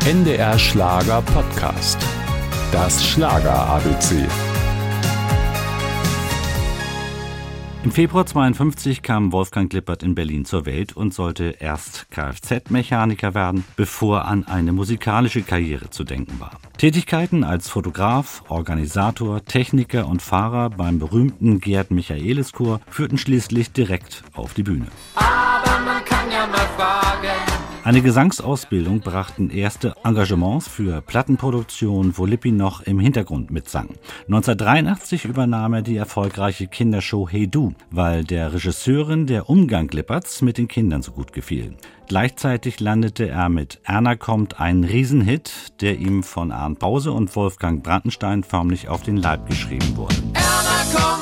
NDR Schlager Podcast. Das Schlager ABC. Im Februar 1952 kam Wolfgang Lippert in Berlin zur Welt und sollte erst Kfz-Mechaniker werden, bevor an eine musikalische Karriere zu denken war. Tätigkeiten als Fotograf, Organisator, Techniker und Fahrer beim berühmten Gerd Michaelis Chor führten schließlich direkt auf die Bühne. Aber man kann ja mal fragen. Eine Gesangsausbildung brachten erste Engagements für Plattenproduktion, wo Lippi noch im Hintergrund mitsang. 1983 übernahm er die erfolgreiche Kindershow Hey Du, weil der Regisseurin der Umgang Lipperts mit den Kindern so gut gefiel. Gleichzeitig landete er mit Erna kommt einen Riesenhit, der ihm von Arndt Pause und Wolfgang Brandenstein förmlich auf den Leib geschrieben wurde. Erna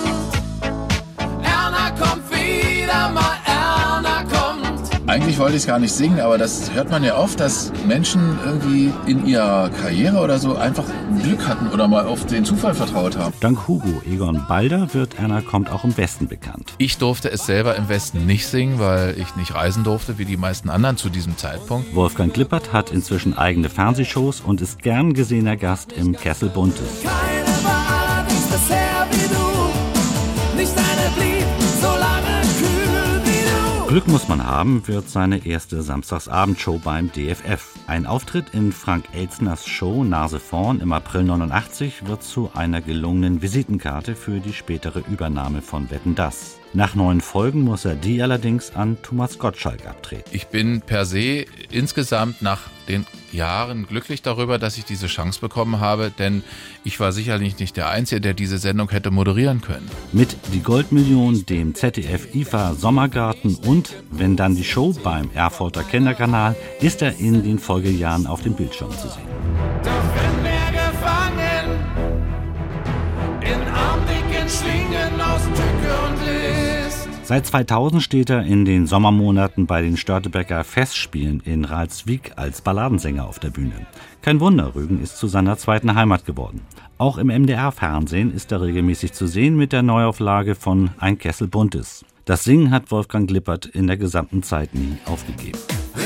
kommt wieder mal, Erna kommt. Eigentlich wollte ich es gar nicht singen, aber das hört man ja oft, dass Menschen irgendwie in ihrer Karriere oder so einfach Glück hatten oder mal auf den Zufall vertraut haben. Dank Hugo Egon Balder wird Erna kommt auch im Westen bekannt. Ich durfte es selber im Westen nicht singen, weil ich nicht reisen durfte, wie die meisten anderen zu diesem Zeitpunkt. Wolfgang Lippert hat inzwischen eigene Fernsehshows und ist gern gesehener Gast im Kessel Buntes. Keine war dies bisher wie du, nicht eine blieb so lange kühl wie du. Glück muss man haben, wird seine erste Samstagsabendshow beim DFF. Ein Auftritt in Frank Elzners Show Nase vorn im April 89 wird zu einer gelungenen Visitenkarte für die spätere Übernahme von Wetten, dass. Nach 9 Folgen muss er die allerdings an Thomas Gottschalk abtreten. Ich bin per se insgesamt nach den Jahren glücklich darüber, dass ich diese Chance bekommen habe, denn ich war sicherlich nicht der Einzige, der diese Sendung hätte moderieren können. Mit Die Goldmillion, dem ZDF-IFA Sommergarten und Wenn dann die Show beim Erfurter Kinderkanal ist er in den Folgejahren auf dem Bildschirm zu sehen. Doch wenn wir gefangen in armdicken Schlingen aus Tücke und List. Seit 2000 steht er in den Sommermonaten bei den Störtebeker Festspielen in Ralswiek als Balladensänger auf der Bühne. Kein Wunder, Rügen ist zu seiner zweiten Heimat geworden. Auch im MDR-Fernsehen ist er regelmäßig zu sehen mit der Neuauflage von Ein Kessel Buntes. Das Singen hat Wolfgang Lippert in der gesamten Zeit nie aufgegeben.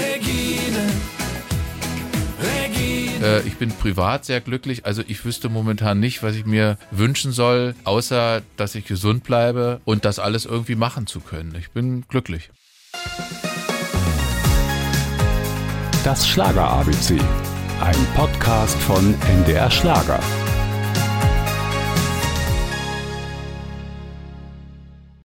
Ich bin privat sehr glücklich, also ich wüsste momentan nicht, was ich mir wünschen soll, außer dass ich gesund bleibe und das alles irgendwie machen zu können. Ich bin glücklich. Das Schlager ABC. Ein Podcast von NDR Schlager.